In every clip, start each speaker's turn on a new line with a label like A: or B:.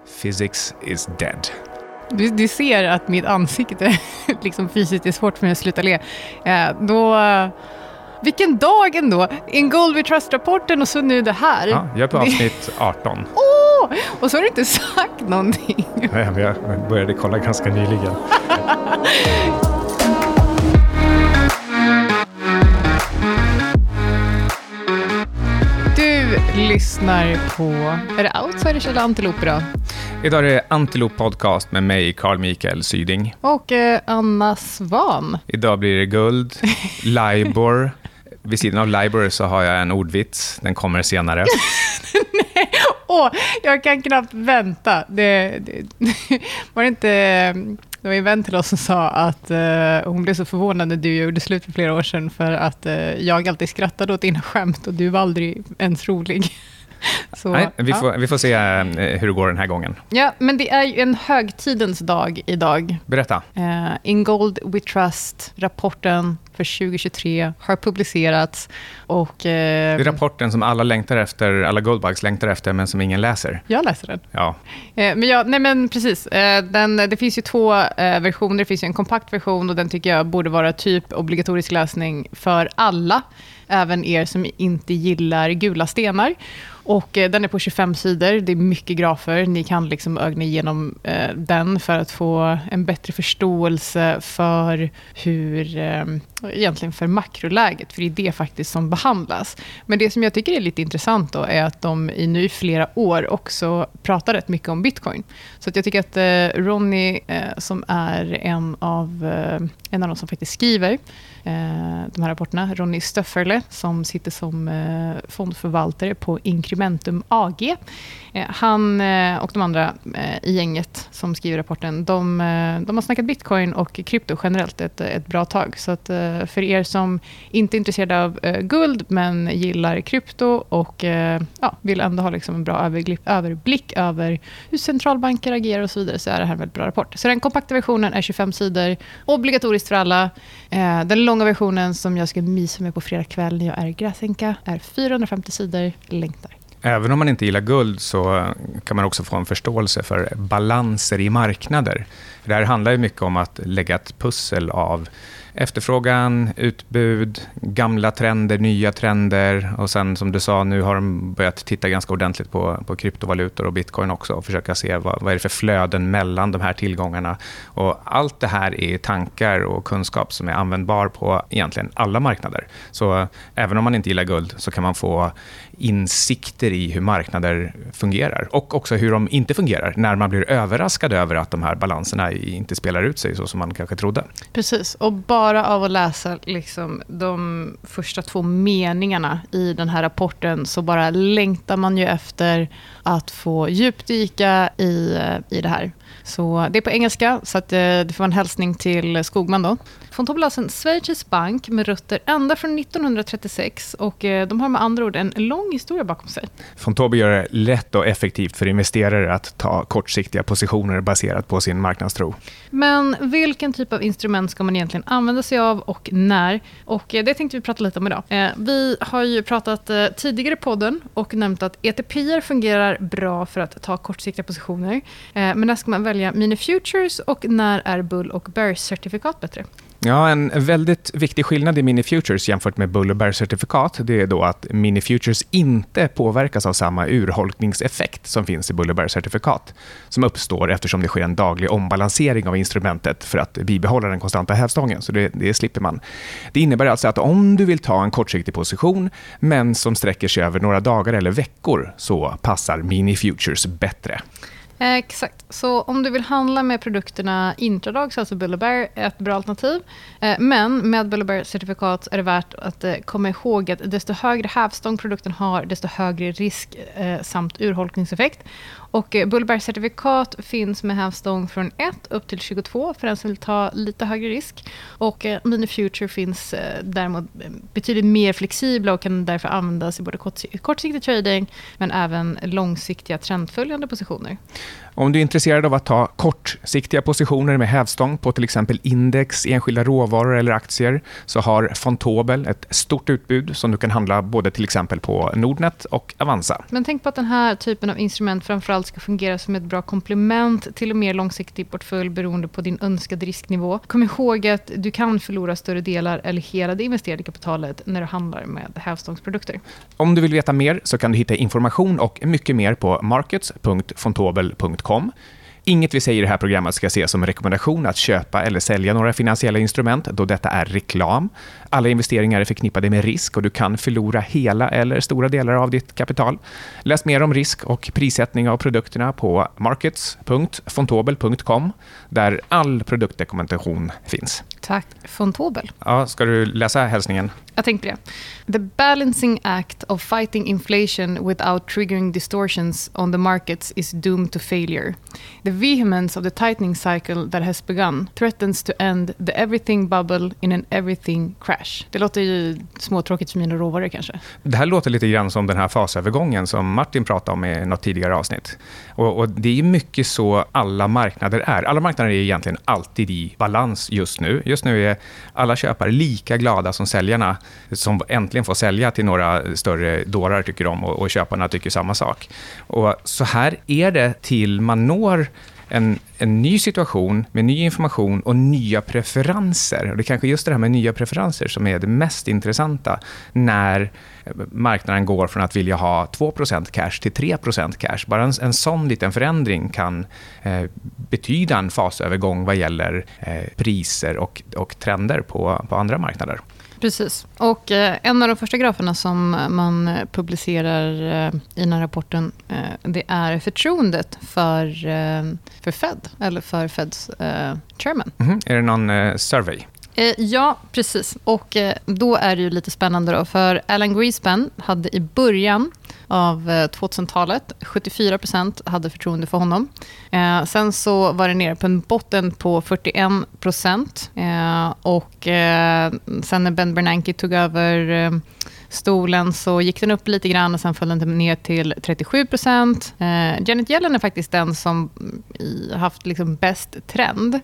A: Physics is dead.
B: Du ser att mitt ansikte liksom fysiskt är svårt för mig att sluta le. Vilken dag ändå! In Gold We Trust-rapporten och så nu det här.
A: Ja, jag är på avsnitt 18.
B: Och så har du inte sagt någonting.
A: Nej, men jag började kolla ganska nyligen.
B: Du lyssnar på... Är det Outsiders eller Antilop idag?
A: Idag är det Antilop Podcast med mig, Carl Mikael Syding.
B: Och Anna Svan.
A: Idag blir det guld, LIBOR. Vid sidan av LIBOR så har jag en ordvits. Den kommer senare.
B: Nej, jag kan knappt vänta. Var det inte... Det var en vän till oss som sa att hon blev så förvånad när du gjorde slut för flera år sedan för att jag alltid skrattade åt dina skämt och du var aldrig ens rolig. Så,
A: nej, vi får se hur det går den här gången.
B: Ja, men det är ju en högtidens dag idag.
A: Berätta.
B: In Gold We Trust, rapporten för 2023 har publicerats. Och,
A: det är rapporten som alla Goldbugs längtar efter men som ingen läser.
B: Jag läser den.
A: Ja.
B: Men precis. Det finns ju två versioner. Det finns ju en kompakt version och den tycker jag borde vara typ obligatorisk läsning för alla. Även er som inte gillar gula stenar. Och den är på 25 sidor. Det är mycket grafer. Ni kan liksom ögna igenom den för att få en bättre förståelse för hur, egentligen för makroläget. För det är det faktiskt som behandlas. Men det som jag tycker är lite intressant då är att de i nu flera år också pratar rätt mycket om Bitcoin. Så att jag tycker att Ronny som är en av de som faktiskt skriver de här rapporterna, Ronny Stöfferle som sitter som fondförvaltare på Incrementum AG. Han och de andra i gänget som skriver rapporten, de har snackat Bitcoin och krypto generellt ett bra tag. Så att för er som inte är intresserade av guld men gillar krypto och vill ändå ha liksom en bra överblick över hur centralbanker agerar och så vidare, så är det här en väldigt bra rapport. Så den kompakta versionen är 25 sidor, obligatoriskt för alla. Den långa versionen som jag ska mysa med på fredag kväll när jag är gräsänka är 450 sidor, längtar.
A: Även om man inte gillar guld så kan man också få en förståelse för balanser i marknader. Det här handlar ju mycket om att lägga ett pussel av efterfrågan, utbud, gamla trender, nya trender och sen som du sa, nu har de börjat titta ganska ordentligt på kryptovalutor och bitcoin också och försöka se vad är det för flöden mellan de här tillgångarna. Och allt det här är tankar och kunskap som är användbar på egentligen alla marknader. Så även om man inte gillar guld så kan man få insikter i hur marknader fungerar och också hur de inte fungerar när man blir överraskad över att de här balanserna inte spelar ut sig så som man kanske trodde.
B: Precis, och bara av att läsa liksom de första 2 meningarna i den här rapporten så bara längtar man ju efter att få djupdyka i det här. Så det är på engelska, så att det får en hälsning till Skogman då. Fontobel är en schweizisk bank med rötter ända från 1936 och de har med andra ord en lång historia bakom sig.
A: Fontobel gör det lätt och effektivt för investerare att ta kortsiktiga positioner baserat på sin marknadstro.
B: Men vilken typ av instrument ska man egentligen använda sig av och när? Och det tänkte vi prata lite om idag. Vi har ju pratat tidigare i podden och nämnt att ETP:er fungerar bra för att ta kortsiktiga positioner. Men när ska man välja mini futures och när är bull- och bear-certifikat bättre?
A: Ja, en väldigt viktig skillnad i mini futures jämfört med bull- och bear-certifikat, det är då att mini futures inte påverkas av samma urholkningseffekt som finns i bull- och bear-certifikat som uppstår eftersom det sker en daglig ombalansering av instrumentet för att bibehålla den konstanta hävstången, så det slipper man. Det innebär alltså att om du vill ta en kortsiktig position men som sträcker sig över några dagar eller veckor så passar mini futures bättre.
B: Exakt. Så om du vill handla med produkterna intradag så är alltså Bull & Bear ett bra alternativ. Men med Bull & Bear-certifikat är det värt att komma ihåg att desto högre hävstång produkten har, desto högre risk samt urholkningseffekt. Och Bull & Bear-certifikat finns med hävstång från 1 upp till 22 för den som vill ta lite högre risk. Och Mini Future finns däremot betydligt mer flexibla och kan därför användas i både kortsiktig trading men även långsiktiga trendföljande positioner.
A: Om du är intresserad av att ta kortsiktiga positioner med hävstång på till exempel index, enskilda råvaror eller aktier så har Fontobel ett stort utbud som du kan handla både till exempel på Nordnet och Avanza.
B: Men tänk på att den här typen av instrument framförallt allt ska fungera som ett bra komplement till en mer långsiktig portfölj beroende på din önskade risknivå. Kom ihåg att du kan förlora större delar eller hela det investerade kapitalet när du handlar med hävstångsprodukter.
A: Om du vill veta mer så kan du hitta information och mycket mer på markets.fontobel.com. Inget vi säger i det här programmet ska ses som rekommendation att köpa eller sälja några finansiella instrument, då detta är reklam. Alla investeringar är förknippade med risk och du kan förlora hela eller stora delar av ditt kapital. Läs mer om risk och prissättning av produkterna på markets.fontobel.com, där all produktdokumentation finns.
B: Tack, Fontobel.
A: Ja, ska du läsa hälsningen?
B: Jag tänkte det. The balancing act of fighting inflation without triggering distortions on the markets is doomed to failure. The vehemence of the tightening cycle that has begun threatens to end the everything bubble in an everything crash. Det låter ju småtråkigt för mina råvaror kanske.
A: Det här låter lite grann som den här fasövergången som Martin pratade om i något tidigare avsnitt. Och det är mycket så alla marknader är. Alla marknader är egentligen alltid i balans just nu. Just nu är alla köpare lika glada som säljarna, som äntligen får sälja till några större dårar tycker de, och köparna tycker samma sak. Och så här är det till man når en ny situation med ny information och nya preferenser. Och det är kanske just det här med nya preferenser som är det mest intressanta när marknaden går från att vilja ha 2% cash till 3% cash. Bara en sån liten förändring kan betyda en fasövergång vad gäller priser och trender på andra marknader.
B: Precis. Och en av de första graferna som man publicerar i den här rapporten, det är förtroendet för Fed, eller för Feds chairman.
A: Är det någon survey?
B: Ja, precis. Och då är det ju lite spännande då, för Alan Greenspan hade i början av 2000-talet 74% hade förtroende för honom. Sen så var det nere på en botten på 41%. Och sen när Ben Bernanke tog över stolen så gick den upp lite grann och sen föll den ner till 37%. Janet Yellen är faktiskt den som haft liksom bäst trend.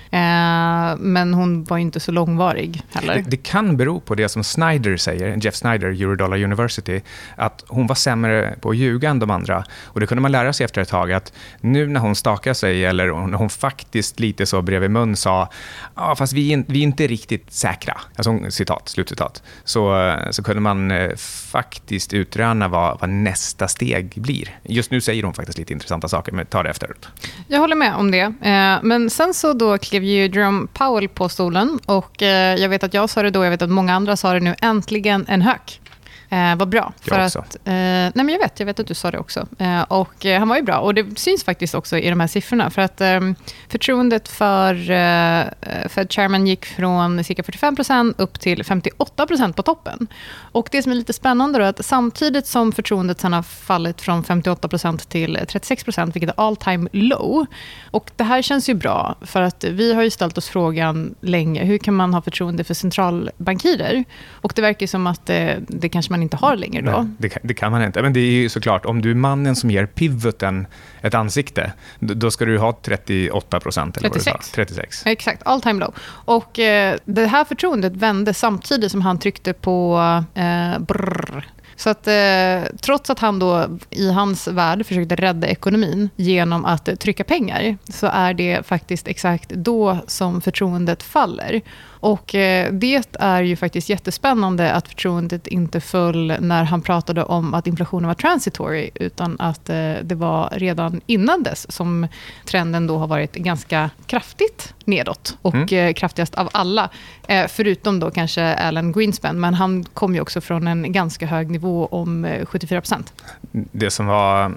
B: Men hon var inte så långvarig heller.
A: Det kan bero på det som Snyder säger, Jeff Snyder, Eurodollar University, att hon var sämre på att ljuga än de andra. Och det kunde man lära sig efter ett tag, att nu när hon stakade sig, eller när hon faktiskt lite så bredvid mun sa fast vi är inte riktigt säkra, alltså slutcitat, så kunde man faktiskt utröna vad nästa steg blir. Just nu säger hon faktiskt lite intressanta saker, men ta det efteråt. Jag
B: håller med om det. Men sen så då klev ju Jerome Powell på stolen, och jag vet att jag sa det då, jag vet att många andra sa det nu, äntligen en hök. Vad bra. Nej, men jag vet att du sa det också. Och han var ju bra. Och det syns faktiskt också i de här siffrorna. För att förtroendet för Fed Chairman gick från cirka 45% upp till 58% på toppen. Och det som är lite spännande då är att samtidigt som förtroendet sedan har fallit från 58% till 36%, vilket är all time low. Och det här känns ju bra, för att vi har ju ställt oss frågan länge, hur kan man ha förtroende för centralbankirer? Och det verkar som att det kanske man inte har längre då.
A: Nej, det kan man inte. Men det är ju såklart, om du är mannen som ger pivoten ett ansikte, då ska du ha 38% eller 36.
B: Exakt, all time low. Och det här förtroendet vände samtidigt som han tryckte på brrr. Så att trots att han då i hans värld försökte rädda ekonomin genom att trycka pengar, så är det faktiskt exakt då som förtroendet faller. Och det är ju faktiskt jättespännande att förtroendet inte föll när han pratade om att inflationen var transitory, utan att det var redan innan dess som trenden då har varit ganska kraftigt nedåt och kraftigast av alla, förutom då kanske Alan Greenspan, men han kom ju också från en ganska hög nivå om 74%. Det
A: som var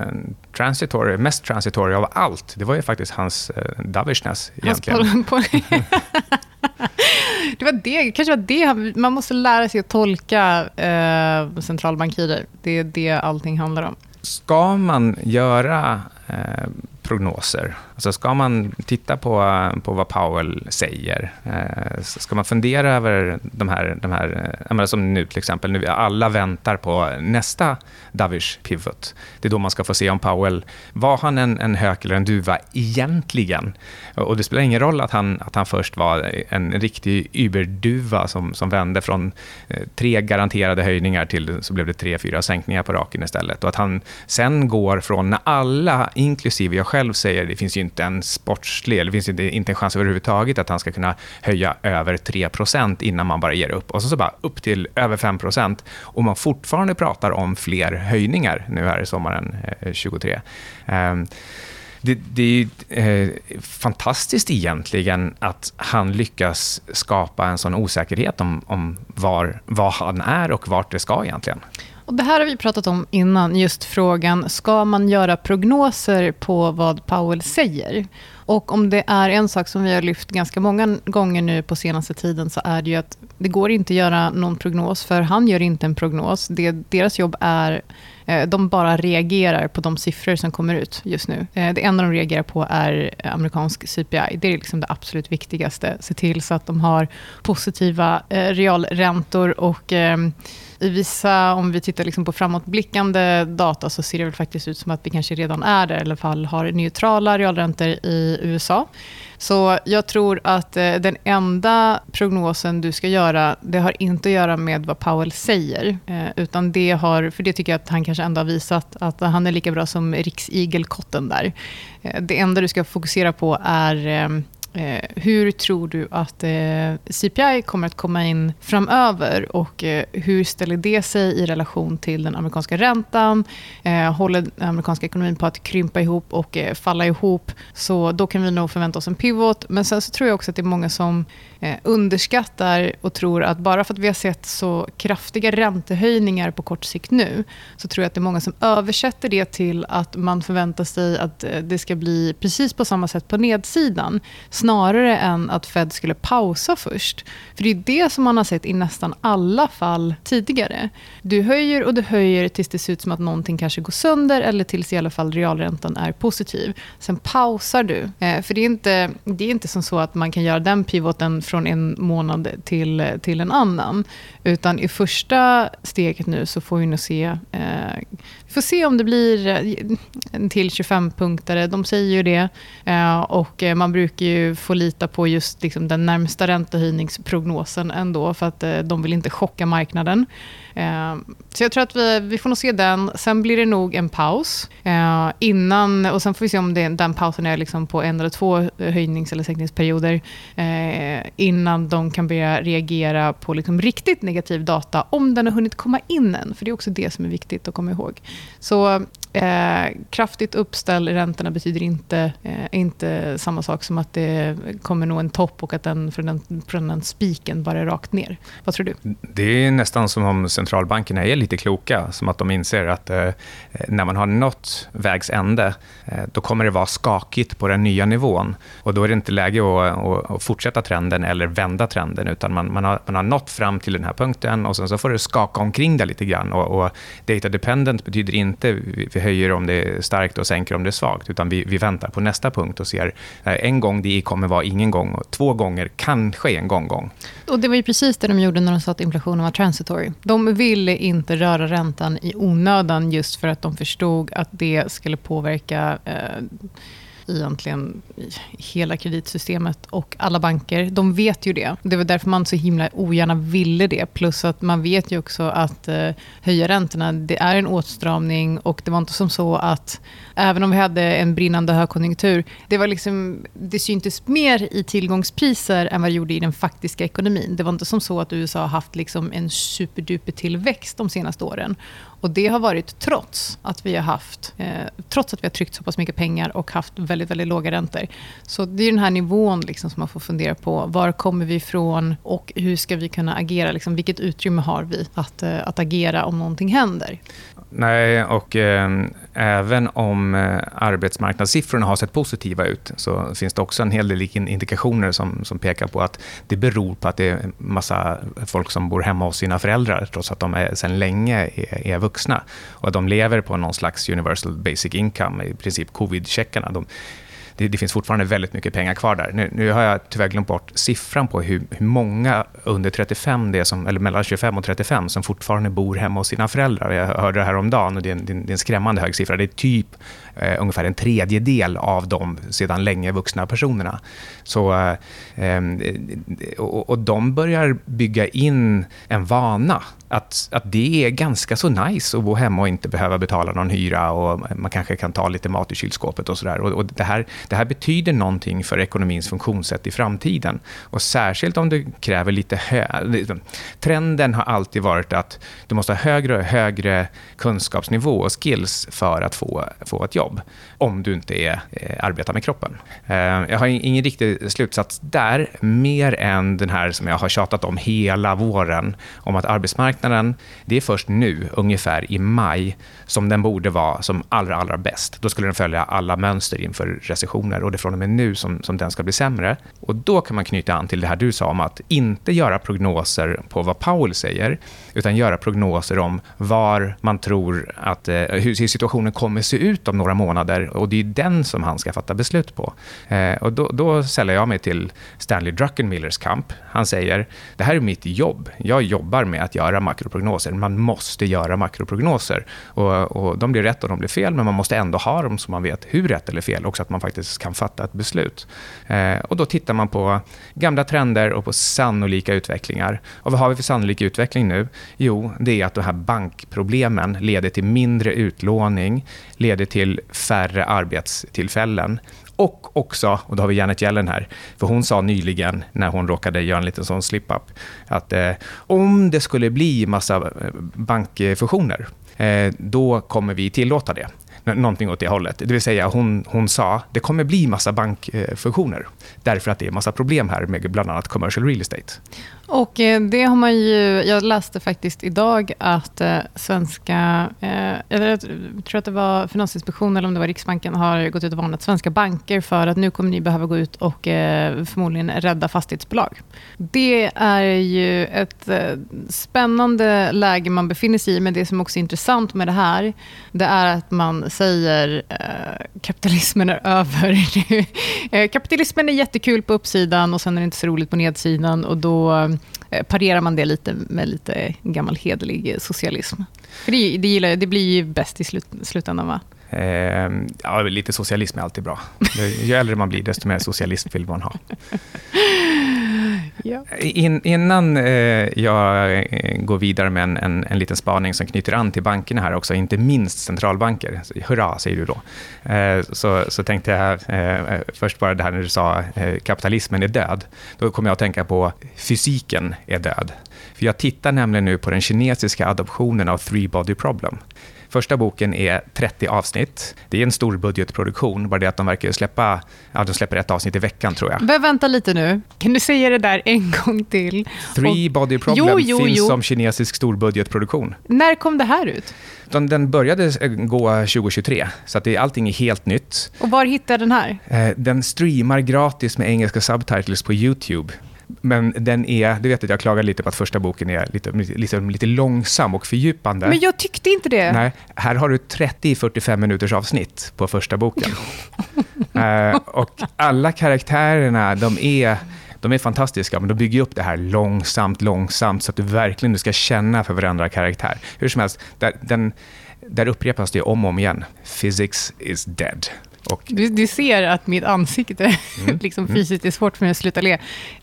A: mest transitory av allt, det var ju faktiskt hans dovishness egentligen.
B: Det var det, kanske var det. Man måste lära sig att tolka centralbankirer. Det är det allting handlar om.
A: Ska man göra prognoser Alltså ska man titta på vad Powell säger, ska man fundera över de här som nu till exempel, nu alla väntar på nästa dovish pivot. Det är då man ska få se om Powell, var han en hök eller en duva egentligen? Och det spelar ingen roll att han först var en riktig überduva som vände från 3 garanterade höjningar till så blev det 3-4 sänkningar på raken istället. Och att han sen går från när alla, inklusive jag själv, säger det finns ju inte en sportslig, det finns inte en chans överhuvudtaget att han ska kunna höja över 3% innan man bara ger upp. Och så bara upp till över 5%. Och man fortfarande pratar om fler höjningar nu här i sommaren 23. Det är fantastiskt egentligen att han lyckas skapa en sån osäkerhet om vad han är och vart det ska egentligen.
B: Och det här har vi pratat om innan, just frågan, ska man göra prognoser på vad Powell säger? Och om det är en sak som vi har lyft ganska många gånger nu på senaste tiden, så är det ju att det går inte att göra någon prognos, för han gör inte en prognos. Deras jobb är, de bara reagerar på de siffror som kommer ut just nu. Det enda de reagerar på är amerikansk CPI. Det är liksom det absolut viktigaste. Se till så att de har positiva realräntor, och i vissa, om vi tittar liksom på framåtblickande data, så ser det väl faktiskt ut som att vi kanske redan är där, i alla fall har neutrala realräntor i USA. Så jag tror att den enda prognosen du ska göra, det har inte att göra med vad Powell säger, utan det har, för det tycker jag att han kanske ändå har visat att han är lika bra som riksigelkotten där. Det enda du ska fokusera på är hur tror du att CPI kommer att komma in framöver, och hur ställer det sig i relation till den amerikanska räntan? Håller den amerikanska ekonomin på att krympa ihop och falla ihop? Så då kan vi nog förvänta oss en pivot. Men sen så tror jag också att det är många som underskattar och tror att bara för att vi har sett så kraftiga räntehöjningar på kort sikt nu, så tror jag att det är många som översätter det till att man förväntar sig att det ska bli precis på samma sätt på nedsidan, snarare än att Fed skulle pausa först. För det är det som man har sett i nästan alla fall tidigare. Du höjer och du höjer tills det ser ut som att någonting kanske går sönder, eller tills i alla fall realräntan är positiv. Sen pausar du. För det är inte som så att man kan göra den pivoten från en månad till en annan. Utan i första steget nu så får vi nog se, vi får se om det blir en till 25-punktare. De säger ju det. Och man brukar ju få lita på just liksom den närmsta räntehöjningsprognosen ändå, för att de vill inte chocka marknaden. Så jag tror att vi får nog se den. Sen blir det nog en paus innan, och sen får vi se om den pausen är liksom på 1 eller 2 höjnings- eller sänkningsperioder innan de kan börja reagera på liksom riktigt negativ data, om den har hunnit komma in än. För det är också det som är viktigt att komma ihåg. Så kraftigt uppställ i räntorna betyder inte samma sak som att det kommer nå en topp och att från den spiken bara är rakt ner. Vad tror du?
A: Det är nästan som om centralbankerna är lite kloka, som att de inser att när man har nått vägs ände, då kommer det vara skakigt på den nya nivån, och då är det inte läge att fortsätta trenden eller vända trenden, utan man har nått fram till den här punkten, och sen så får det skaka omkring det lite grann, och data dependent betyder inte vi höjer om det är starkt och sänker om det är svagt, utan vi väntar på nästa punkt och ser en gång det kommer vara ingen gång, och 2 gånger kanske en gång.
B: Och det var ju precis det de gjorde när de sa att inflationen var transitory. De ville inte röra räntan i onödan, just för att de förstod att det skulle påverka egentligen hela kreditsystemet och alla banker. De vet ju det. Det var därför man så himla ogärna ville det. Plus att man vet ju också att höja räntorna, det är en åtstramning, och det var inte som så att även om vi hade en brinnande högkonjunktur, det syntes mer i tillgångspriser än vad det gjorde i den faktiska ekonomin. Det var inte som så att USA har haft liksom en superduper tillväxt de senaste åren. Och det har varit trots att vi har tryckt så pass mycket pengar och haft väldigt, väldigt låga räntor. Så det är den här nivån liksom som man får fundera på. Var kommer vi ifrån och hur ska vi kunna agera? Liksom, vilket utrymme har vi att agera om någonting händer?
A: Nej, och även om arbetsmarknadssiffrorna har sett positiva ut, så finns det också en hel del indikationer som pekar på att det beror på att det är massa folk som bor hemma hos sina föräldrar, trots att de sedan länge är vuxna. Och att de lever på någon slags universal basic income, i princip covid-checkarna. det finns fortfarande väldigt mycket pengar kvar där. Nu har jag tyvärr glömt bort siffran på hur många under 35 det är som, eller mellan 25 och 35 som fortfarande bor hemma hos sina föräldrar. Jag hörde det här om dagen och det är en skrämmande hög siffra. Det är typ ungefär en tredjedel av de sedan länge vuxna personerna. Så, och de börjar bygga in en vana att det är ganska så nice att bo hemma och inte behöva betala någon hyra och man kanske kan ta lite mat i kylskåpet och sådär. Och det här betyder någonting för ekonomins funktionssätt i framtiden. Och särskilt om det kräver lite trenden har alltid varit att du måste ha högre och högre kunskapsnivå och skills för att få ett jobb om du inte arbetar med kroppen. Jag har ingen riktig slutsats där, mer än den här som jag har tjatat om hela våren, om att arbetsmarknaden, det är först nu, ungefär i maj, som den borde vara som allra bäst. Då skulle den följa alla mönster inför recessioner och det är från och med nu som den ska bli sämre. Och då kan man knyta an till det här du sa om att inte göra prognoser på vad Powell säger, utan göra prognoser om var man tror att hur situationen kommer se ut om några månader, och det är den som han ska fatta beslut på. Och då säljer jag mig till Stanley Druckenmillers kamp. Han säger, det här är mitt jobb. Jag jobbar med att göra makroprognoser. Man måste göra makroprognoser. Och de blir rätt och de blir fel, men man måste ändå ha dem så man vet hur rätt eller fel, också att man faktiskt kan fatta ett beslut. Och då tittar man på gamla trender och på sannolika utvecklingar. Och vad har vi för sannolik utveckling nu? Jo, det är att de här bankproblemen leder till mindre utlåning, leder till färre arbetstillfällen. Och också, och då har vi Janet Yellen här, för hon sa nyligen när hon råkade göra en liten sån slip-up, att om det skulle bli massa bankfusioner, då kommer vi tillåta det. Någonting åt det hållet. Det vill säga hon sa, det kommer bli massa bankfusioner därför att det är massa problem här med bland annat commercial real estate.
B: Och det har man ju, jag läste faktiskt idag att svenska, jag tror att det var Finansinspektionen eller om det var Riksbanken, har gått ut och varnat svenska banker för att nu kommer ni behöva gå ut och förmodligen rädda fastighetsbolag. Det är ju ett spännande läge man befinner sig i, men det som också är intressant med det här, det är att man säger kapitalismen är över. Kapitalismen är jättekul på uppsidan och sen är det inte så roligt på nedsidan, och då parerar man det lite med lite gammal hederlig socialism. För det blir ju bäst i slutändan, va?
A: Ja, lite socialism är alltid bra. Ju äldre man blir, desto mer socialism vill man ha. Ja. Innan jag går vidare med en liten spaning som knyter an till bankerna här också, inte minst centralbanker. Hurra, säger du då. Så tänkte jag först bara det här när du sa kapitalismen är död. Då kommer jag att tänka på fysiken är död. För jag tittar nämligen nu på den kinesiska adoptionen av Three Body Problem. Första boken är 30 avsnitt. Det är en stor budgetproduktion, bara det att de verkar de släpper ett avsnitt i veckan, tror jag.
B: Vänta lite nu. Kan du säga det där en gång till?
A: Three Body Problem finns som kinesisk stor budgetproduktion.
B: När kom det här ut?
A: Den började gå 2023, så att allting är helt nytt.
B: Och var hittar den här?
A: Den streamar gratis med engelska subtitles på YouTube. Men den är, du vet att jag klagar lite på att första boken är lite långsam och fördjupande.
B: Men jag tyckte inte det.
A: Nej, här har du 30-45 minuters avsnitt på första boken. Och alla karaktärerna, de är fantastiska, men de bygger upp det här långsamt så att du verkligen ska känna för varandra karaktär. Hur som helst, där upprepas det om och om igen. Physics is dead. Och
B: du ser att mitt ansikte liksom fysiskt är svårt för mig att sluta le.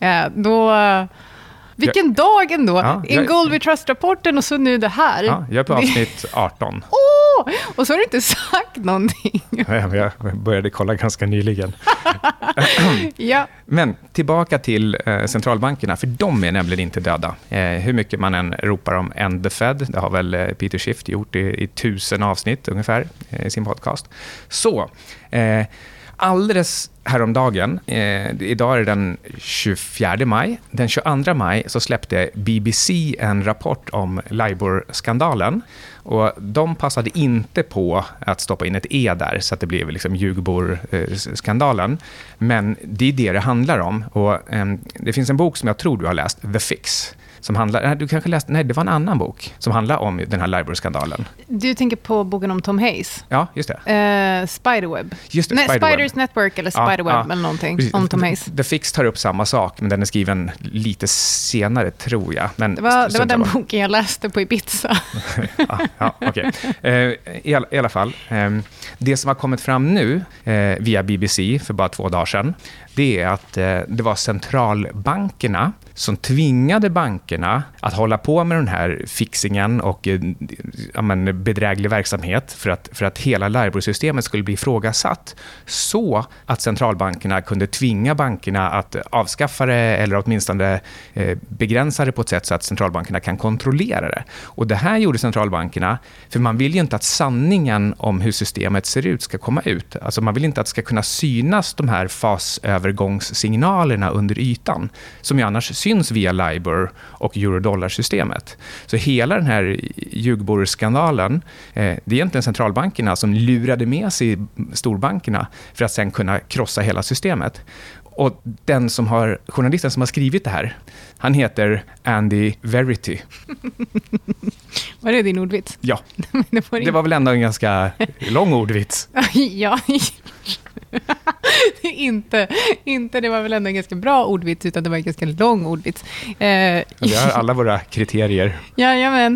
B: Vilken dag ändå. En Gold We Trust-rapporten och så nu det här.
A: Ja, jag är på avsnitt 18.
B: Och så har du inte sagt någonting.
A: Jag började kolla ganska nyligen.
B: Ja.
A: Men tillbaka till centralbankerna, för de är nämligen inte döda. Hur mycket man än ropar om End the Fed, det har väl Peter Schiff gjort i 1000 avsnitt ungefär i sin podcast. Så, alldeles häromdagen, idag är det den 24 maj. Den 22 maj så släppte BBC en rapport om LIBOR-skandalen. Och de passade inte på att stoppa in ett E där så att det blev liksom Ljugborg-skandalen. Men det är det handlar om. Och det finns en bok som jag tror du har läst, The Fix. som handlar... Du kanske läste... Nej, det var en annan bok som handlar om den här LIBOR-skandalen.
B: Du tänker på boken om Tom Hayes?
A: Ja, just det.
B: Spiderweb.
A: Just det,
B: Nej,
A: Spiderweb.
B: Spiders Network eller Spiderweb eller någonting om Tom Hayes.
A: The Fix tar upp samma sak, men den är skriven lite senare, tror jag. Men
B: det var den boken jag läste på Ibiza.
A: Okej. I alla fall, det som har kommit fram nu via BBC för bara 2 dagar sedan, det är att det var centralbankerna som tvingade bankerna att hålla på med den här fixingen och bedräglig verksamhet för att hela LIBOR-systemet skulle bli ifrågasatt, så att centralbankerna kunde tvinga bankerna att avskaffa det eller åtminstone begränsa det på ett sätt så att centralbankerna kan kontrollera det. Och det här gjorde centralbankerna för man vill ju inte att sanningen om hur systemet ser ut ska komma ut. Alltså man vill inte att det ska kunna synas de här fasövergångssignalerna under ytan som ju annars syns via LIBOR och eurodollarsystemet. Så hela den här ljugborrskandalen, det är egentligen centralbankerna som lurade med sig storbankerna för att sen kunna krossa hela systemet. Och journalisten som har skrivit det här, han heter Andy Verity.
B: Var det din ordvits?
A: Ja, det var väl ändå en ganska lång ordvits.
B: Ja, inte det var väl ändå en ganska bra ordvits, utan det var en ganska lång ordvits.
A: Vi har alla våra kriterier.
B: Jajamän.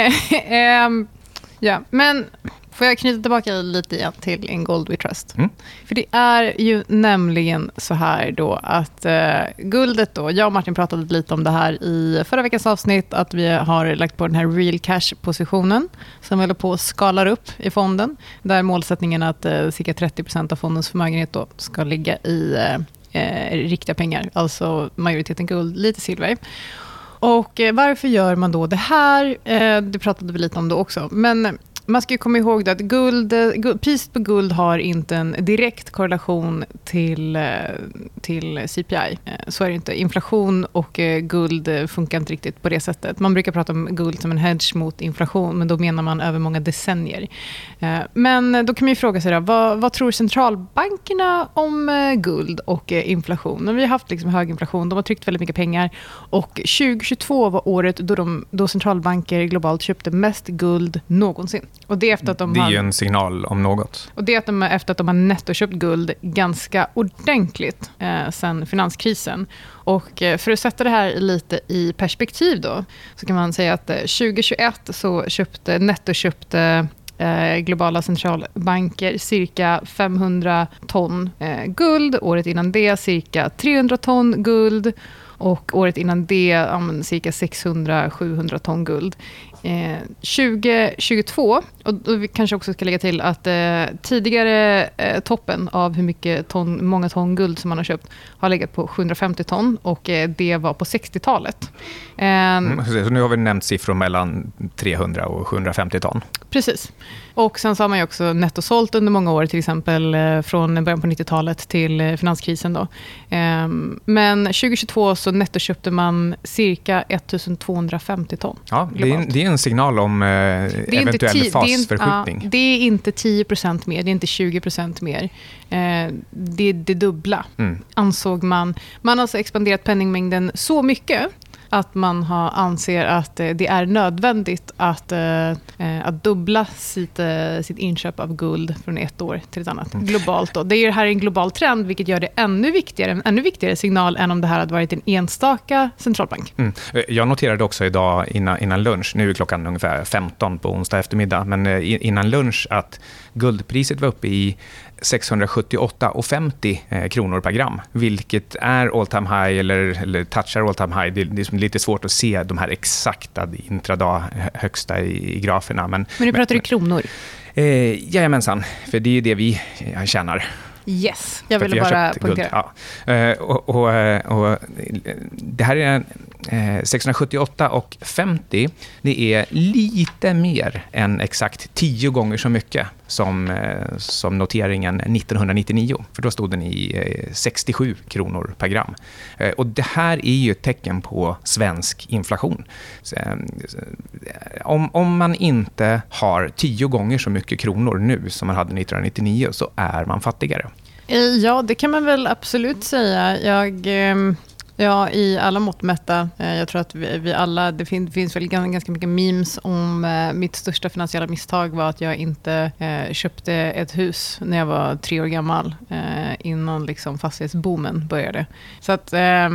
B: Men får jag knyta tillbaka lite igen till Ingold We Trust? För det är ju nämligen så här då att guldet då, jag och Martin pratade lite om det här i förra veckans avsnitt, att vi har lagt på den här real cash-positionen som håller på att skalar upp i fonden, där målsättningen är att cirka 30% av fondens förmögenhet då ska ligga i riktiga pengar, alltså majoriteten guld, lite silver. Och varför gör man då det här? Det pratade vi lite om då också, men man ska ju komma ihåg att priset på guld har inte en direkt korrelation till CPI. Så är det inte. Inflation och guld funkar inte riktigt på det sättet. Man brukar prata om guld som en hedge mot inflation, men då menar man över många decennier. Men då kan man ju fråga sig då, vad tror centralbankerna om guld och inflation? Vi har haft liksom hög inflation, de har tryckt väldigt mycket pengar, och 2022 var året då centralbanker globalt köpte mest guld någonsin. Och det är efter att
A: det är ju en signal om något.
B: Och det är efter att de har nettoköpt guld ganska ordentligt sedan finanskrisen. Och för att sätta det här lite i perspektiv då, så kan man säga att 2021 så nettoköpte globala centralbanker cirka 500 ton guld. Året innan det cirka 300 ton guld. Och året innan det cirka 600-700 ton guld. 2022, och vi kanske också ska lägga till att tidigare toppen av många ton guld som man har köpt har legat på 750 ton, och det var på 60-talet.
A: Så nu har vi nämnt siffror mellan 300 och 750 ton.
B: Precis. Och sen så har man ju också nettosålt under många år, till exempel från början på 90-talet till finanskrisen då. Men 2022 så nettoköpte man cirka 1250 ton. Ja,
A: det är en signal om eventuell fasförskjutning.
B: Det är inte 10% mer, det är inte 20% mer. Det är det dubbla, ansåg man. Man har alltså expanderat penningmängden så mycket att man anser att det är nödvändigt att dubbla sitt inköp av guld från ett år till ett annat globalt. Då. Det är här en global trend, vilket gör det en ännu viktigare signal än om det här hade varit en enstaka centralbank.
A: Jag noterade också idag innan lunch, nu är klockan ungefär 15 på onsdag eftermiddag, men innan lunch att guldpriset var uppe i 678,50 kronor per gram, vilket är all time high eller touchar all time high. Det är lite svårt att se de här exakta intradag högsta i graferna. Men
B: nu pratar du kronor?
A: Jajamensan, för det är det vi tjänar.
B: Yes, jag ville bara poängtera.
A: Ja. Och det här är 678,50. Det är lite mer än exakt 10 gånger så mycket som noteringen 1999. För då stod den i 67 kronor per gram. Och det här är ju ett tecken på svensk inflation. Om man inte har 10 gånger så mycket kronor nu som man hade 1999, så är man fattigare.
B: Ja, det kan man väl absolut säga. Jag Ja, i alla mått mätta. Jag tror att vi alla, det finns väl ganska mycket memes om mitt största finansiella misstag var att jag inte köpte ett hus när jag var 3 år gammal innan liksom fastighetsboomen började. Så att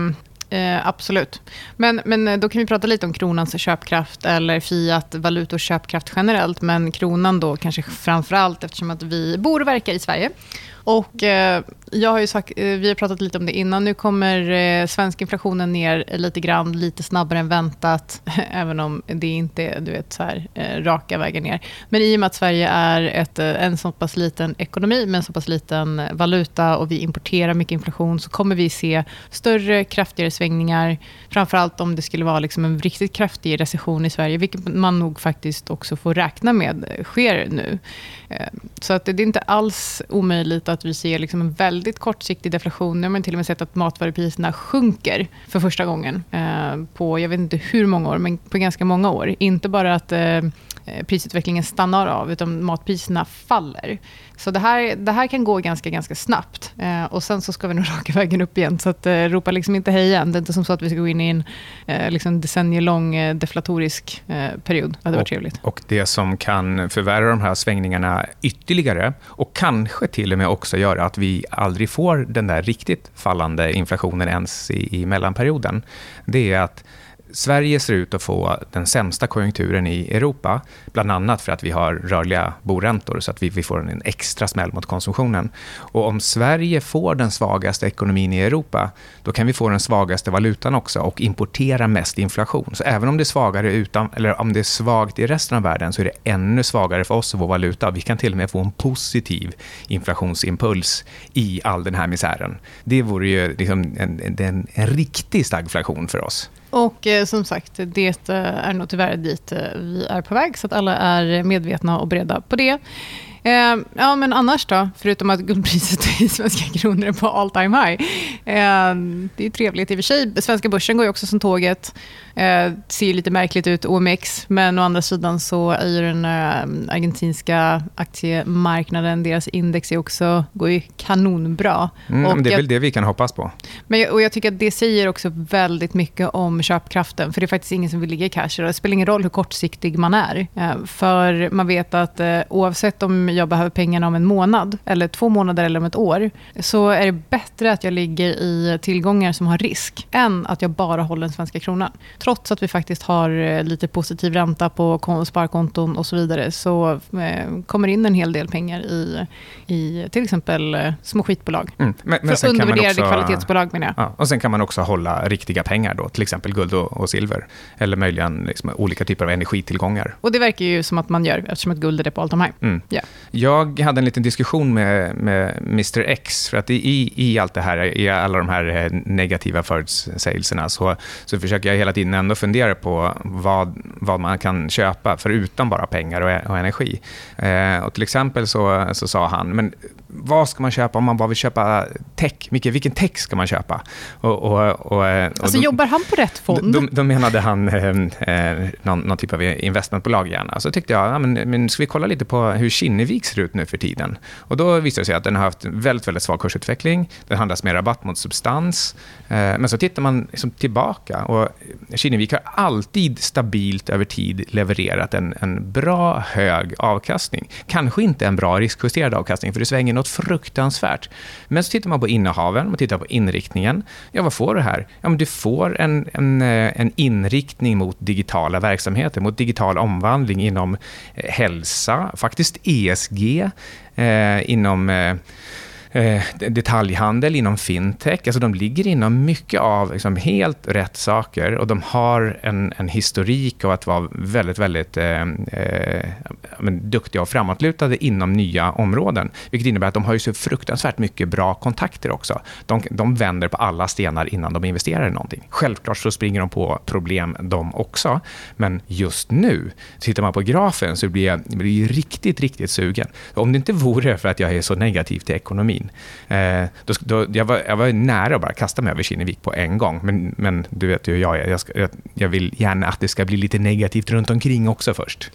B: absolut. Men då kan vi prata lite om kronans köpkraft eller fiat, valutors köpkraft generellt, men kronan då kanske framförallt eftersom att vi bor och verkar i Sverige. Och jag har ju sagt, vi har pratat lite om det innan, nu kommer svensk inflationen ner lite grann, lite snabbare än väntat, även om det inte är, du vet, så här, raka vägar ner. Men i och med att Sverige är en så pass liten ekonomi med en så pass liten valuta och vi importerar mycket inflation, så kommer vi se större, kraftigare svängningar, framförallt om det skulle vara liksom en riktigt kraftig recession i Sverige, vilket man nog faktiskt också får räkna med sker nu. Så att det är inte alls omöjligt att vi ser liksom en väldigt kortsiktig deflation. Nu har man till och med sett att matvarupriserna sjunker för första gången på, jag vet inte hur många år, men på ganska många år. Inte bara att prisutvecklingen stannar av, utan matpriserna faller. Så det här kan gå ganska snabbt. Och sen så ska vi nog raka vägen upp igen. Så att ropa liksom inte hej igen. Det är inte som så att vi ska gå in i en liksom decennielång deflatorisk period. Det hade varit trevligt.
A: Och det som kan förvärra de här svängningarna ytterligare och kanske till och med också göra att vi aldrig får den där riktigt fallande inflationen ens i mellanperioden, det är att Sverige ser ut att få den sämsta konjunkturen i Europa, bland annat för att vi har rörliga boräntor så att vi får en extra smäll mot konsumtionen. Och om Sverige får den svagaste ekonomin i Europa, då kan vi få den svagaste valutan också och importera mest inflation. Så även om det är svagare eller om det är svagt i resten av världen, så är det ännu svagare för oss och vår valuta. Vi kan till och med få en positiv inflationsimpuls i all den här misären. Det vore ju liksom en riktig stagflation för oss.
B: Och som sagt, det är nog tyvärr dit vi är på väg, så att alla är medvetna och beredda på det. Ja, men annars då, förutom att guldpriset i svenska kronor är på all time high. Det är trevligt i och för sig. Svenska börsen går ju också som tåget. Ser lite märkligt ut, OMX, men å andra sidan så är ju den argentinska aktiemarknaden, deras index går ju kanonbra.
A: Och det är väl det vi kan hoppas på.
B: Och jag tycker att det säger också väldigt mycket om köpkraften, för det är faktiskt ingen som vill ligga i cash. Det spelar ingen roll hur kortsiktig man är, för man vet att oavsett om jag behöver pengarna om en månad eller 2 månader eller om ett år, så är det bättre att jag ligger i tillgångar som har risk än att jag bara håller den svenska kronan. Trots att vi faktiskt har lite positiv ränta på sparkonton och så vidare, så kommer in en hel del pengar i till exempel små skitbolag.
A: Men
B: för undervärderade kvalitetsbolag, menar jag.
A: Ja, och sen kan man också hålla riktiga pengar då, till exempel guld och silver, eller möjligen liksom olika typer av energitillgångar.
B: Och det verkar ju som att man gör, eftersom att guld är det på all time high. Yeah.
A: Jag hade en liten diskussion med Mr. X, för att i allt det här, i alla de här negativa förutsägelserna, så försöker jag hela tiden ändå fundera på vad man kan köpa förutom bara pengar och energi. Och till exempel så sa han, men vad ska man köpa om man bara vill köpa tech? Vilken tech ska man köpa?
B: Alltså jobbar han på rätt fond?
A: Då menade han någon typ av investmentbolag gärna. Så tyckte jag, men ska vi kolla lite på hur Kinnevik ser ut nu för tiden? Och då visade det sig att den har haft väldigt, väldigt svag kursutveckling. Den handlas med rabatt mot substans. Men så tittar man liksom tillbaka, och Kinnevik har alltid stabilt över tid levererat en bra hög avkastning. Kanske inte en bra riskjusterad avkastning, för det svänger något fruktansvärt. Men så tittar man på innehaven, man tittar på inriktningen. Ja, vad får du här? Ja, men du får en inriktning mot digitala verksamheter, mot digital omvandling inom hälsa, faktiskt ESG, inom detaljhandel, inom fintech. Alltså de ligger inom mycket av liksom helt rätt saker, och de har en historik av att vara väldigt, väldigt duktiga och framåtlutade inom nya områden. Vilket innebär att de har ju så fruktansvärt mycket bra kontakter också. De vänder på alla stenar innan de investerar i någonting. Självklart så springer de på problem de också. Men just nu, tittar man på grafen, så blir jag riktigt, riktigt sugen. Om det inte vore för att jag är så negativ till ekonomin, ekonomin. Jag var nära att bara kasta mig över Kinnevik på en gång, men du vet ju hur jag är. Jag vill gärna att det ska bli lite negativt runt omkring också först.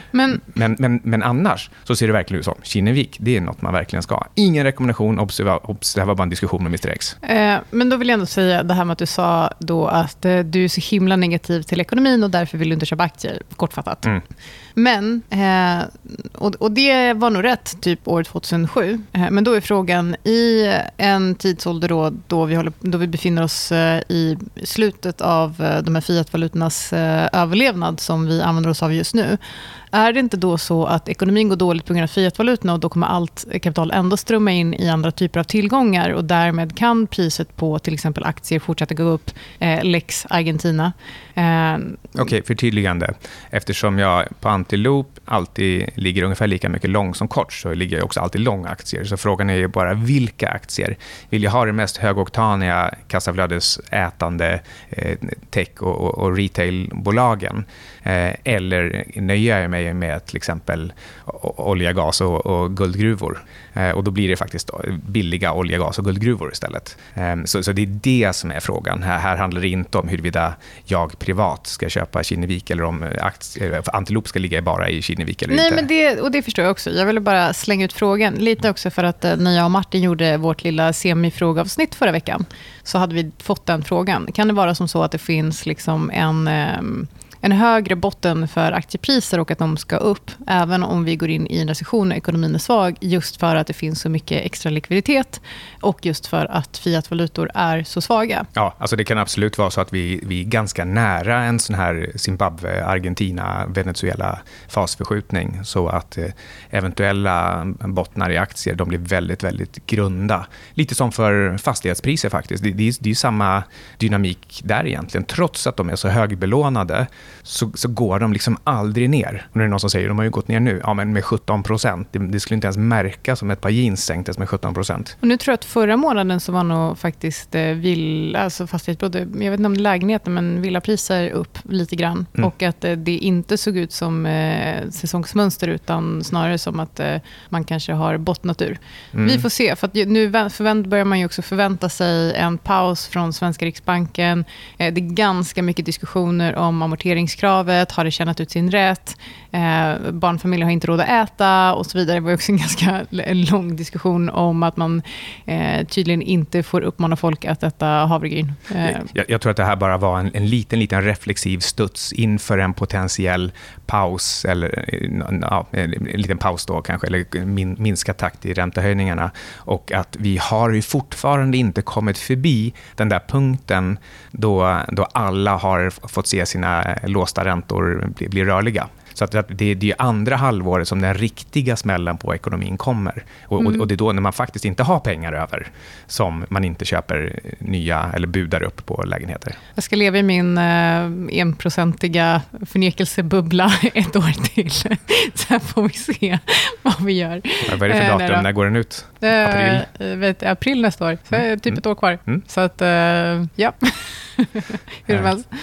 A: Men annars så ser det verkligen ut som Kinnevik, det är något man verkligen ska. Ingen rekommendation, det var bara en diskussion med Mr. X.
B: Men då vill jag ändå säga det här med att du sa då att du är så himla negativ till ekonomin och därför vill du inte köpa aktier, kortfattat. Men, och det var nog rätt typ år 2007. Men då är frågan, i en tidsålder då vi befinner oss i slutet av de här fiatvalutornas överlevnad som vi använder oss av just nu, är det inte då så att ekonomin går dåligt på grund av fiatvalutorna och då kommer allt kapital ändå strömma in i andra typer av tillgångar och därmed kan priset på till exempel aktier fortsätta gå upp, Lex Argentina.
A: Okej, förtydligande. Eftersom jag på Antiloop alltid ligger ungefär lika mycket lång som kort så ligger jag också alltid lång aktier. Så frågan är ju bara vilka aktier. Vill jag ha det mest högoktaniga kassaflödesätande tech- och retailbolagen? Eller nöjer jag mig med till exempel olja, gas och guldgruvor? Och då blir det faktiskt billiga olja, gas och guldgruvor istället. Så det är det som är frågan. Här handlar det inte om huruvida jag privat ska köpa Kinnevik eller om Antiloop ska ligga bara i Kinnevik eller inte.
B: Nej, men det förstår jag också. Jag ville bara slänga ut frågan. Lite också för att när jag och Martin gjorde vårt lilla semifrågeavsnitt förra veckan så hade vi fått den frågan. Kan det vara som så att det finns liksom en högre botten för aktiepriser och att de ska upp även om vi går in i en recession och ekonomin är svag, just för att det finns så mycket extra likviditet och just för att fiatvalutor är så svaga.
A: Ja, alltså det kan absolut vara så att vi är ganska nära en sån här Zimbabwe, Argentina, Venezuela fasförskjutning så att eventuella bottnar i aktier de blir väldigt, väldigt grunda. Lite som för fastighetspriser faktiskt. Det är ju samma dynamik där egentligen. Trots att de är så högbelånade så går de liksom aldrig ner. Och nu är det någon som säger de har ju gått ner nu. Ja, men med 17%. Det skulle inte ens märka som ett par jeans sänktes med 17%.
B: Och nu tror jag att förra månaden så var nog faktiskt fastighetsbåd, jag vet inte om det är lägenheten, men villapriser upp lite grann. Och att det inte såg ut som säsongsmönster utan snarare som att man kanske har bottnat ur. Vi får se, för att nu börjar man ju också förvänta sig en paus från Svenska Riksbanken. Det är ganska mycket diskussioner om amorteringskravet, har det tjänat ut sin rätt, barnfamiljer har inte råd att äta och så vidare. Det var också en ganska lång diskussion om att man tydligen inte får uppmana folk att äta havregryn.
A: Jag tror att det här bara var en liten reflexiv studs inför en potentiell paus eller en liten paus då kanske, eller minskad takt i räntehöjningarna, och att vi har ju fortfarande inte kommit förbi den där punkten då alla har fått se sina låsta räntor bli rörliga. Så att det är ju andra halvåret som den riktiga smällen på ekonomin kommer. Och det är då när man faktiskt inte har pengar över som man inte köper nya eller budar upp på lägenheter. Jag
B: ska leva i min 1% förnekelsebubbla ett år till. Sen får vi se vad vi gör.
A: Vad är det för datum? När går den ut?
B: April nästa år. Så typ ett år kvar. Så att, ja. Hur det helst.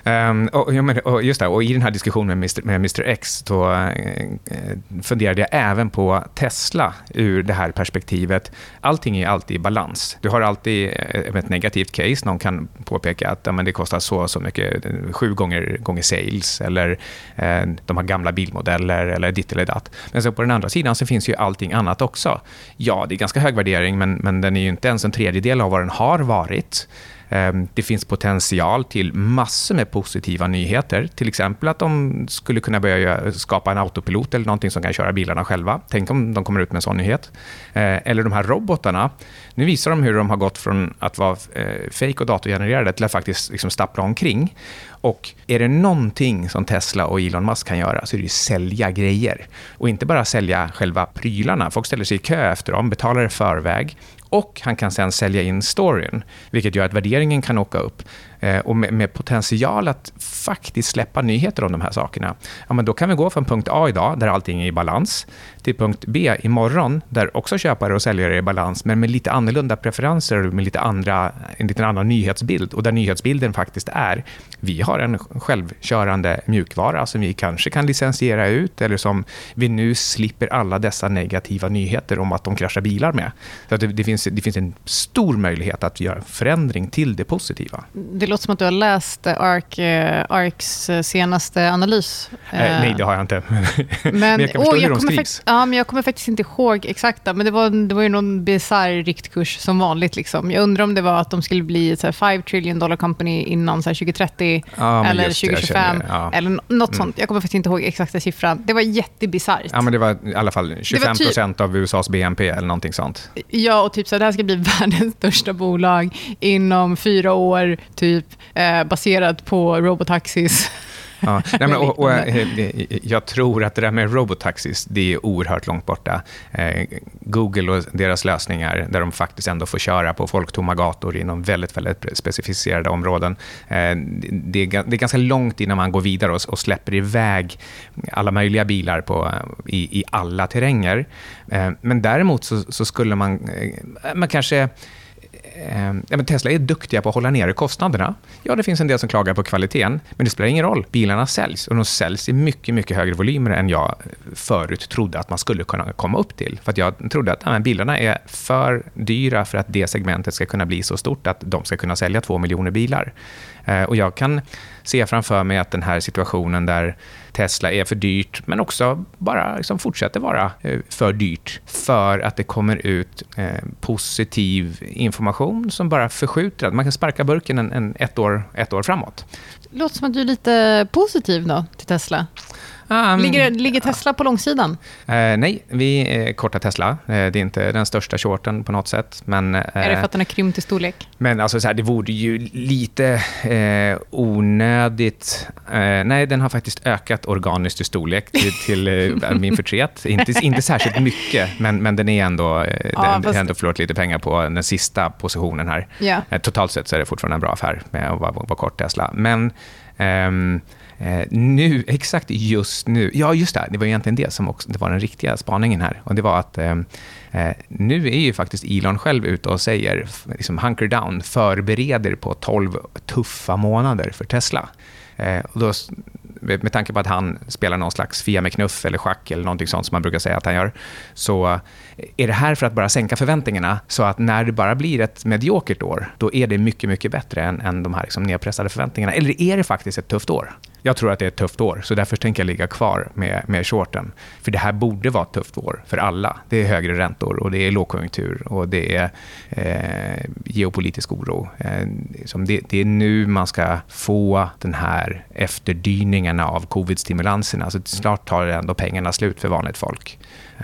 A: Och just det, och i den här diskussionen med Mr. X då funderade jag även på Tesla ur det här perspektivet. Allting är alltid i balans. Du har alltid ett negativt case. Någon kan påpeka att det kostar så mycket, 7 gånger sales, eller de har gamla bilmodeller eller ditt eller datt. Men så på den andra sidan så finns ju allting annat också. Ja, det är ganska hög värdering, men den är ju inte ens en tredjedel av vad den har varit. Det finns potential till massor med positiva nyheter. Till exempel att de skulle kunna börja skapa en autopilot eller någonting som kan köra bilarna själva. Tänk om de kommer ut med en sån nyhet. Eller de här robotarna. Nu visar de hur de har gått från att vara fake och datorgenererade till att faktiskt liksom stappla omkring. Och är det någonting som Tesla och Elon Musk kan göra så är det ju sälja grejer. Och inte bara sälja själva prylarna. Folk ställer sig i kö efter dem, betalar i förväg. Och han kan sen sälja in storyn, vilket gör att värderingen kan åka upp. och med potential att faktiskt släppa nyheter om de här sakerna, ja, men då kan vi gå från punkt A idag, där allting är i balans, till punkt B imorgon, där också köpare och säljare är i balans, men med lite annorlunda preferenser, med en lite annan nyhetsbild, och där nyhetsbilden faktiskt är, vi har en självkörande mjukvara som vi kanske kan licensiera ut, eller som vi nu slipper alla dessa negativa nyheter om att de kraschar bilar med. Så att det finns en stor möjlighet att göra förändring till det positiva.
B: Det låter som att du har läst ARKs senaste analys.
A: Nej, det har jag inte.
B: Men
A: jag kan förstå hur de skrivs.
B: Men jag kommer faktiskt inte ihåg exakt. Men det var ju någon bizarr riktkurs som vanligt. Liksom. Jag undrar om det var att de skulle bli ett $5 trillion company innan 2030 eller 2025 eller något sånt. Jag kommer faktiskt inte ihåg exakta siffran. Det var jättebizarrt.
A: Ja, men det var i alla fall 25% av USAs BNP eller någonting sånt.
B: Ja, och typ så det här ska bli världens största bolag inom 4 år, typ baserat på robotaxis.
A: Ja, nej, men, jag tror att det där med robotaxis, det är oerhört långt borta. Google och deras lösningar, där de faktiskt ändå får köra på folktomma gator inom väldigt, väldigt specificerade områden. Det är ganska långt innan man går vidare och släpper iväg alla möjliga bilar i alla terränger. Men däremot så skulle man kanske... men Tesla är duktiga på att hålla nere kostnaderna. Ja, det finns en del som klagar på kvaliteten, men det spelar ingen roll. Bilarna säljs, och de säljs i mycket, mycket högre volymer än jag förut trodde att man skulle kunna komma upp till. För att jag trodde att bilarna är för dyra för att det segmentet ska kunna bli så stort att de ska kunna sälja 2 miljoner bilar. Och jag kan se framför mig att den här situationen där Tesla är för dyrt, men också bara liksom fortsätter vara för dyrt, för att det kommer ut positiv information som bara förskjuter. Man kan sparka burken ett år framåt.
B: Det låter som att du är lite positiv då till Tesla. Ligger Tesla på långsidan?
A: Nej, vi är korta Tesla. Det är inte den största shorten på något sätt. Men,
B: är det för att den har krympt i storlek? Men
A: alltså, så här, det vore ju lite onödigt. Nej, den har faktiskt ökat organiskt i storlek till min förtret. Inte särskilt mycket, men den är ändå, ändå förlorat lite pengar på den sista positionen här. Yeah. Totalt sett så är det fortfarande en bra affär med att vara kort Tesla. Men... nu, exakt just nu, ja just det var egentligen det som också, det var den riktiga spaningen här, och det var att nu är ju faktiskt Elon själv ute och säger, liksom hunker down, förbereder på 12 tuffa månader för Tesla. Och då, med tanke på att han spelar någon slags Fia med knuff eller schack eller någonting sånt som man brukar säga att han gör, så är det här för att bara sänka förväntningarna, så att när det bara blir ett mediokert år, då är det mycket, mycket bättre än de här liksom nedpressade förväntningarna. Eller är det faktiskt ett tufft år? Jag tror att det är ett tufft år, så därför tänker jag ligga kvar med shorten. För det här borde vara ett tufft år för alla. Det är högre räntor, och det är lågkonjunktur, och det är geopolitisk oro. Det är nu man ska få den här efterdyningarna av covid-stimulanserna. Alltså snart tar ändå pengarna slut för vanligt folk.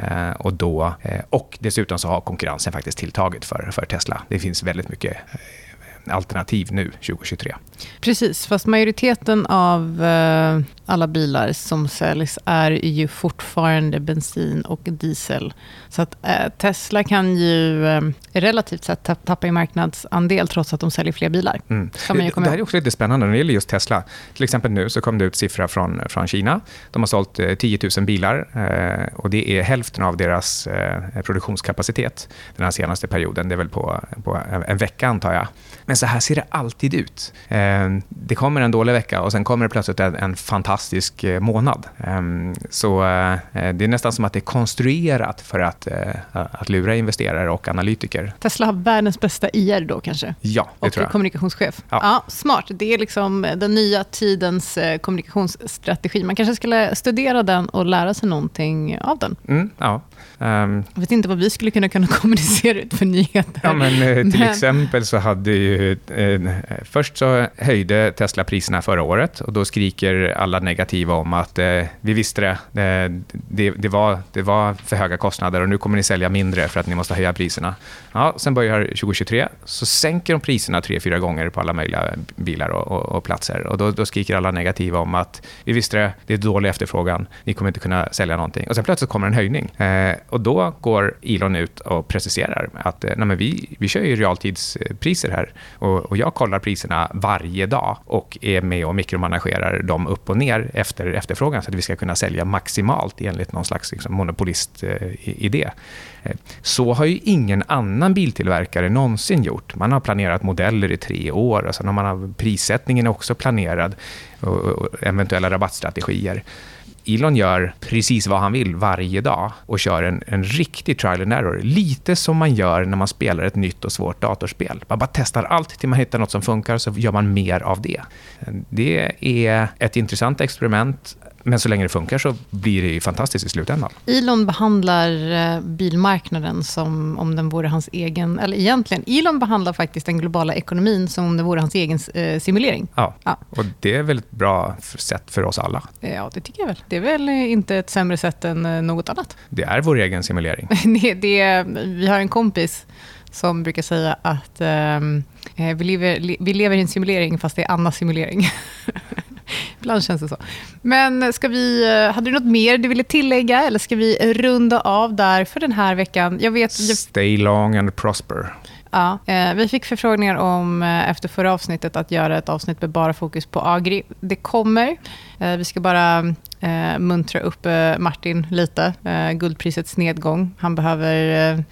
A: Och dessutom så har konkurrensen faktiskt tilltagit för Tesla. Det finns väldigt mycket alternativ nu 2023.
B: Precis, fast majoriteten av alla bilar som säljs är ju fortfarande bensin och diesel. Så att Tesla kan ju relativt sett tappa i marknadsandel trots att de säljer fler bilar.
A: Det här är också lite spännande när det gäller just Tesla. Till exempel nu så kom det ut siffra från Kina. De har sålt 10 000 bilar, och det är hälften av deras produktionskapacitet den här senaste perioden. Det är väl på en vecka, antar jag. Men så här ser det alltid ut. Det kommer en dålig vecka och sen kommer det plötsligt en fantastisk månad. Så det är nästan som att det är konstruerat för att lura investerare och analytiker.
B: Tesla har världens bästa IR då kanske?
A: Ja, det tror jag.
B: Och kommunikationschef. Ja, smart. Det är liksom den nya tidens kommunikationsstrategi. Man kanske skulle studera den och lära sig någonting av den.
A: Ja.
B: Jag vet inte vad vi skulle kunna kommunicera ut för nyheter.
A: Ja, men till exempel så hade ju först så höjde Tesla priserna förra året, och då skriker alla negativa om att vi visste det var för höga kostnader och nu kommer ni sälja mindre för att ni måste höja priserna. Ja, sen börjar 2023 så sänker de priserna 3-4 gånger på alla möjliga bilar och platser, och då skriker alla negativa om att vi visste det är dålig efterfrågan, ni kommer inte kunna sälja någonting, och sen plötsligt kommer en höjning. Och då går Elon ut och preciserar att vi kör ju realtidspriser här. Och jag kollar priserna varje dag och är med och mikromanagerar dem upp och ner efter efterfrågan så att vi ska kunna sälja maximalt enligt någon slags liksom, monopolistidé. Så har ju ingen annan biltillverkare någonsin gjort. Man har planerat modeller i 3 år och sen har prissättningen också planerad och eventuella rabattstrategier. Elon gör precis vad han vill varje dag och kör en riktig trial and error. Lite som man gör när man spelar ett nytt och svårt datorspel. Man bara testar allt till man hittar något som funkar, så gör man mer av det. Det är ett intressant experiment, men så länge det funkar så blir det fantastiskt i slutändan.
B: Elon behandlar bilmarknaden som om den vore hans egen, eller egentligen, Elon behandlar faktiskt den globala ekonomin som om det vore hans egen simulering.
A: Ja, och det är väl ett bra sätt för oss alla.
B: Ja, det tycker jag väl. Det är väl inte ett sämre sätt än något annat.
A: Det är vår egen simulering.
B: Vi har en kompis som brukar säga att vi lever i en simulering fast det är Annas simulering. Ibland känns det så. Men hade du något mer du ville tillägga eller ska vi runda av där för den här veckan?
A: Stay long and prosper.
B: Ja, vi fick förfrågningar om efter förra avsnittet att göra ett avsnitt med bara fokus på Agri. Det kommer. Vi ska bara muntra upp Martin lite. Guldprisets nedgång. Han behöver...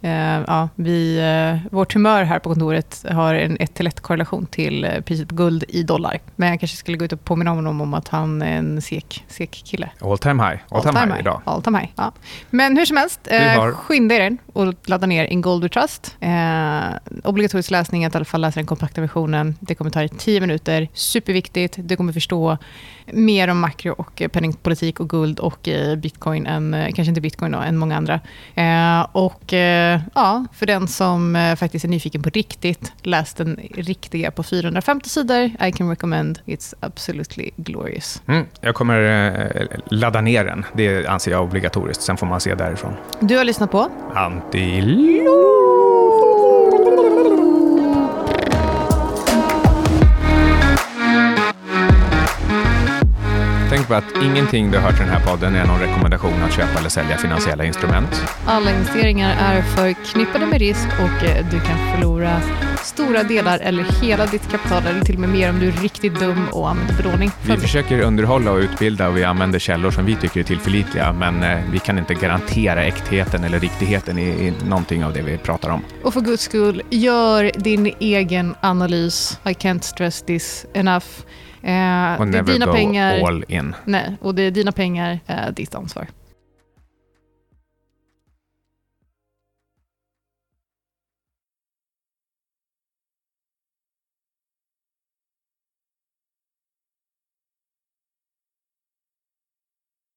B: vårt humör här på kontoret har en 1-1 korrelation till priset på guld i dollar. Men jag kanske skulle gå ut och påminna honom om att han är en sek kille.
A: All time high idag.
B: All time high, ja. Men hur som helst, skynda er och ladda ner en Gold We Trust. Obligatorisk läsning, att i alla fall läsa den kompakta versionen. Det kommer ta 10 minuter. Superviktigt. Du kommer förstå mer om makro och penningpolitik och guld och bitcoin kanske inte bitcoin då, än många andra. För den som faktiskt är nyfiken på riktigt, läs den riktiga på 450 sidor. I can recommend. It's absolutely glorious.
A: Jag kommer ladda ner den. Det anser jag obligatoriskt. Sen får man se därifrån.
B: Du har lyssnat på
A: Tänk på att ingenting du har hört i den här podden är någon rekommendation att köpa eller sälja finansiella instrument.
B: Alla investeringar är förknippade med risk och du kan förlora stora delar eller hela ditt kapital eller till och med mer om du är riktigt dum och använder belåning.
A: Vi försöker underhålla och utbilda och vi använder källor som vi tycker är tillförlitliga, men vi kan inte garantera äktheten eller riktigheten i någonting av det vi pratar om.
B: Och för guds skull, gör din egen analys. I can't stress this enough.
A: Och never
B: dina
A: go
B: pengar,
A: all in.
B: Nej, och det är dina pengar, ditt ansvar.